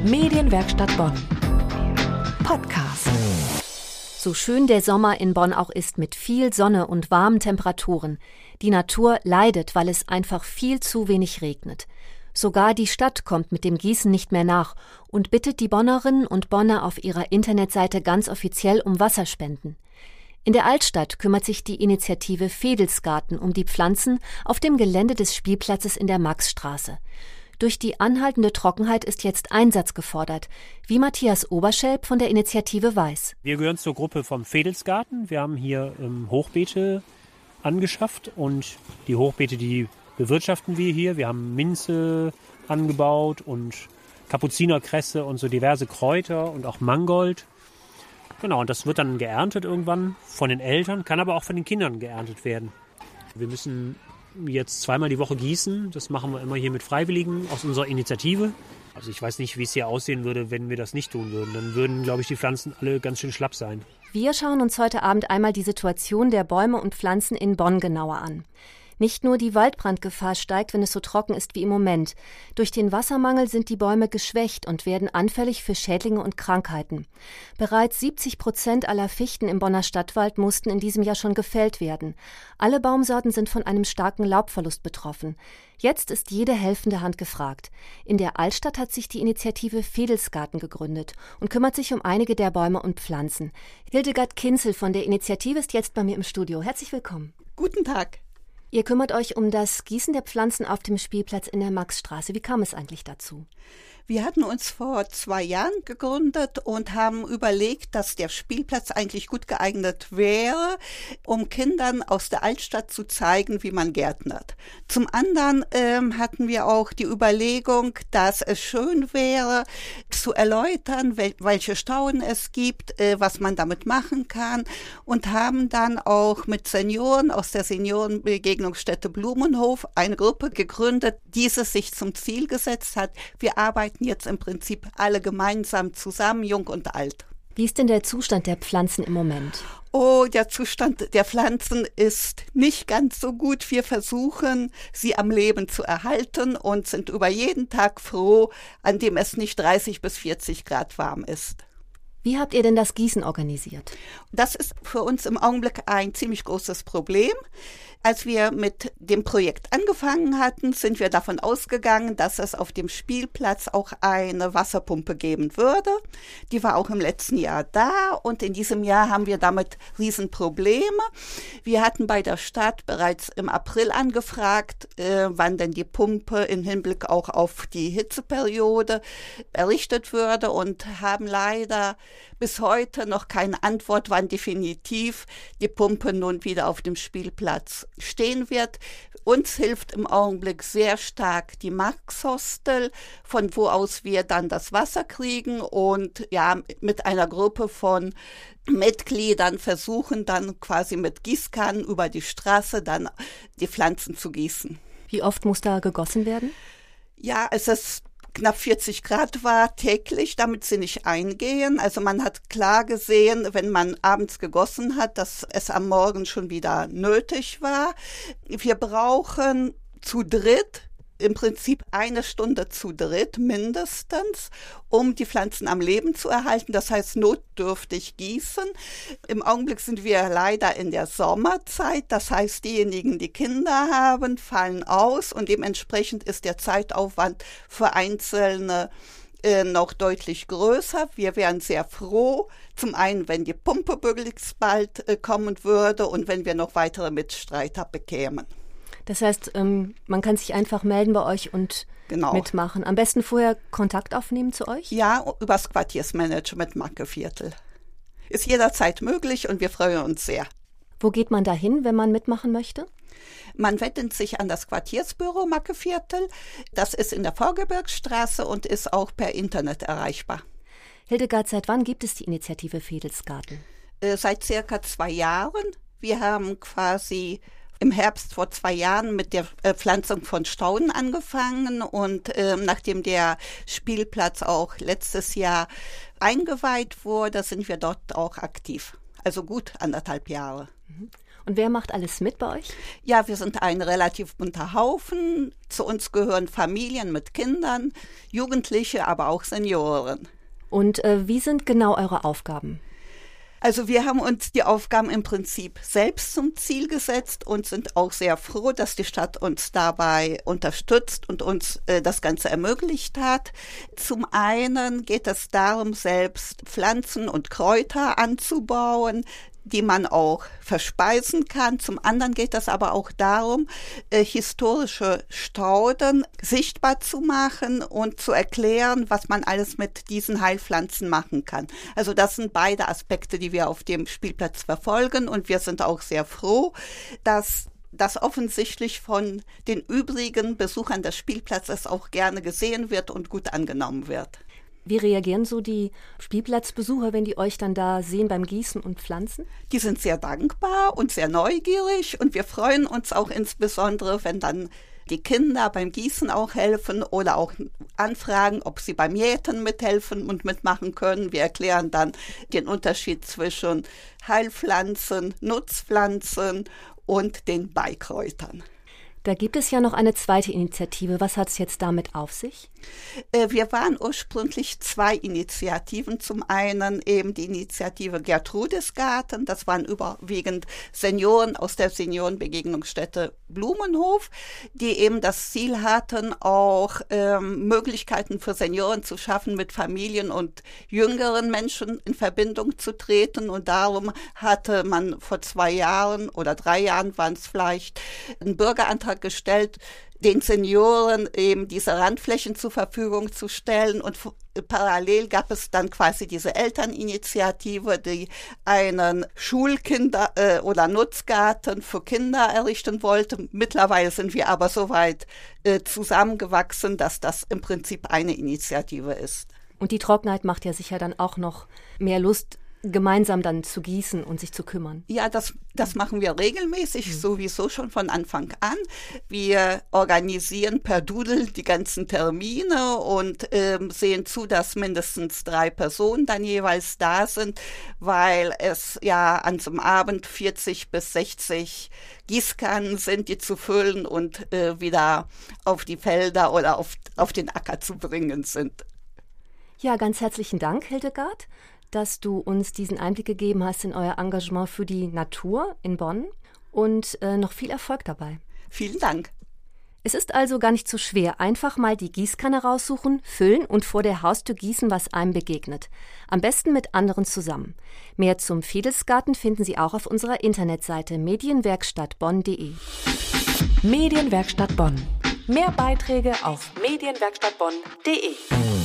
Medienwerkstatt Bonn. Podcast. So schön der Sommer in Bonn auch ist, mit viel Sonne und warmen Temperaturen, die Natur leidet, weil es einfach viel zu wenig regnet. Sogar die Stadt kommt mit dem Gießen nicht mehr nach und bittet die Bonnerinnen und Bonner auf ihrer Internetseite ganz offiziell um Wasserspenden. In der Altstadt kümmert sich die Initiative Vedelsgarten um die Pflanzen auf dem Gelände des Spielplatzes in der Maxstraße. Durch die anhaltende Trockenheit ist jetzt Einsatz gefordert, wie Matthias Oberschelp von der Initiative weiß. Wir gehören zur Gruppe vom Vedelsgarten. Wir haben hier Hochbeete angeschafft und die Hochbeete, die bewirtschaften wir hier. Wir haben Minze angebaut und Kapuzinerkresse und so diverse Kräuter und auch Mangold. Genau, und das wird dann geerntet irgendwann von den Eltern, kann aber auch von den Kindern geerntet werden. Wir müssen jetzt zweimal die Woche gießen. Das machen wir immer hier mit Freiwilligen aus unserer Initiative. Also ich weiß nicht, wie es hier aussehen würde, wenn wir das nicht tun würden. Dann würden, glaube ich, die Pflanzen alle ganz schön schlapp sein. Wir schauen uns heute Abend einmal die Situation der Bäume und Pflanzen in Bonn genauer an. Nicht nur die Waldbrandgefahr steigt, wenn es so trocken ist wie im Moment. Durch den Wassermangel sind die Bäume geschwächt und werden anfällig für Schädlinge und Krankheiten. Bereits 70% aller Fichten im Bonner Stadtwald mussten in diesem Jahr schon gefällt werden. Alle Baumsorten sind von einem starken Laubverlust betroffen. Jetzt ist jede helfende Hand gefragt. In der Altstadt hat sich die Initiative Vedelsgarten gegründet und kümmert sich um einige der Bäume und Pflanzen. Hildegard Kinzel von der Initiative ist jetzt bei mir im Studio. Herzlich willkommen. Guten Tag. Ihr kümmert euch um das Gießen der Pflanzen auf dem Spielplatz in der Maxstraße. Wie kam es eigentlich dazu? Wir hatten uns vor 2 Jahren gegründet und haben überlegt, dass der Spielplatz eigentlich gut geeignet wäre, um Kindern aus der Altstadt zu zeigen, wie man gärtnert. Zum anderen hatten wir auch die Überlegung, dass es schön wäre, zu erläutern, welche Stauden es gibt, was man damit machen kann, und haben dann auch mit Senioren aus der Seniorenbegegnungsstätte Blumenhof eine Gruppe gegründet, die es sich zum Ziel gesetzt hat. Wir arbeiten jetzt im Prinzip alle gemeinsam zusammen, jung und alt. Wie ist denn der Zustand der Pflanzen im Moment? Oh, der Zustand der Pflanzen ist nicht ganz so gut. Wir versuchen, sie am Leben zu erhalten und sind über jeden Tag froh, an dem es nicht 30 bis 40 Grad warm ist. Wie habt ihr denn das Gießen organisiert? Das ist für uns im Augenblick ein ziemlich großes Problem. Als wir mit dem Projekt angefangen hatten, sind wir davon ausgegangen, dass es auf dem Spielplatz auch eine Wasserpumpe geben würde. Die war auch im letzten Jahr da und in diesem Jahr haben wir damit Riesenprobleme. Wir hatten bei der Stadt bereits im April angefragt, wann denn die Pumpe im Hinblick auch auf die Hitzeperiode errichtet würde, und haben leider bis heute noch keine Antwort, wann definitiv die Pumpe nun wieder auf dem Spielplatz stehen wird. Uns hilft im Augenblick sehr stark die Maxhostel, von wo aus wir dann das Wasser kriegen und ja, mit einer Gruppe von Mitgliedern versuchen dann quasi mit Gießkannen über die Straße dann die Pflanzen zu gießen. Wie oft muss da gegossen werden? Ja, es ist knapp 40 Grad war täglich, damit sie nicht eingehen. Also man hat klar gesehen, wenn man abends gegossen hat, dass es am Morgen schon wieder nötig war. Wir brauchen zu dritt im Prinzip 1 Stunde zu dritt mindestens, um die Pflanzen am Leben zu erhalten. Das heißt notdürftig gießen. Im Augenblick sind wir leider in der Sommerzeit. Das heißt, diejenigen, die Kinder haben, fallen aus und dementsprechend ist der Zeitaufwand für Einzelne noch deutlich größer. Wir wären sehr froh, zum einen, wenn die Pumpe möglichst bald kommen würde und wenn wir noch weitere Mitstreiter bekämen. Das heißt, man kann sich einfach melden bei euch und mitmachen. Am besten vorher Kontakt aufnehmen zu euch? Ja, übers Quartiersmanagement Mackeviertel. Ist jederzeit möglich und wir freuen uns sehr. Wo geht man da hin, wenn man mitmachen möchte? Man wendet sich an das Quartiersbüro Mackeviertel. Das ist in der Vorgebirgsstraße und ist auch per Internet erreichbar. Hildegard, seit wann gibt es die Initiative Vedelsgarten? Seit circa 2 Jahren. Wir haben quasi im Herbst vor 2 Jahren mit der Pflanzung von Stauden angefangen und nachdem der Spielplatz auch letztes Jahr eingeweiht wurde, sind wir dort auch aktiv. Also gut 1,5 Jahre. Und wer macht alles mit bei euch? Ja, wir sind ein relativ bunter Haufen. Zu uns gehören Familien mit Kindern, Jugendliche, aber auch Senioren. Und wie sind genau eure Aufgaben? Also wir haben uns die Aufgaben im Prinzip selbst zum Ziel gesetzt und sind auch sehr froh, dass die Stadt uns dabei unterstützt und uns das Ganze ermöglicht hat. Zum einen geht es darum, selbst Pflanzen und Kräuter anzubauen, die man auch verspeisen kann. Zum anderen geht es aber auch darum, historische Stauden sichtbar zu machen und zu erklären, was man alles mit diesen Heilpflanzen machen kann. Also das sind beide Aspekte, die wir auf dem Spielplatz verfolgen und wir sind auch sehr froh, dass das offensichtlich von den übrigen Besuchern des Spielplatzes auch gerne gesehen wird und gut angenommen wird. Wie reagieren so die Spielplatzbesucher, wenn die euch dann da sehen beim Gießen und Pflanzen? Die sind sehr dankbar und sehr neugierig und wir freuen uns auch insbesondere, wenn dann die Kinder beim Gießen auch helfen oder auch anfragen, ob sie beim Jäten mithelfen und mitmachen können. Wir erklären dann den Unterschied zwischen Heilpflanzen, Nutzpflanzen und den Beikräutern. Da gibt es ja noch eine zweite Initiative. Was hat es jetzt damit auf sich? Wir waren ursprünglich 2 Initiativen. Zum einen eben die Initiative Gertrudesgarten. Das waren überwiegend Senioren aus der Seniorenbegegnungsstätte Blumenhof, die eben das Ziel hatten, auch Möglichkeiten für Senioren zu schaffen, mit Familien und jüngeren Menschen in Verbindung zu treten. Und darum hatte man vor 2 Jahren oder 3 Jahren waren es vielleicht einen Bürgerantrag gestellt, den Senioren eben diese Randflächen zur Verfügung zu stellen. Und parallel gab es dann quasi diese Elterninitiative, die einen Schulkinder- oder Nutzgarten für Kinder errichten wollte. Mittlerweile sind wir aber so weit zusammengewachsen, dass das im Prinzip eine Initiative ist. Und die Trockenheit macht ja sicher dann auch noch mehr Lust, gemeinsam dann zu gießen und sich zu kümmern. Ja, das machen wir regelmäßig, sowieso schon von Anfang an. Wir organisieren per Doodle die ganzen Termine und sehen zu, dass mindestens 3 Personen dann jeweils da sind, weil es ja an so einem Abend 40 bis 60 Gießkannen sind, die zu füllen und wieder auf die Felder oder auf den Acker zu bringen sind. Ja, ganz herzlichen Dank, Hildegard, dass du uns diesen Einblick gegeben hast in euer Engagement für die Natur in Bonn und noch viel Erfolg dabei. Vielen Dank. Es ist also gar nicht so schwer. Einfach mal die Gießkanne raussuchen, füllen und vor der Haustür gießen, was einem begegnet. Am besten mit anderen zusammen. Mehr zum Fedelsgarten finden Sie auch auf unserer Internetseite medienwerkstattbonn.de. Medienwerkstatt Bonn. Mehr Beiträge auf medienwerkstattbonn.de.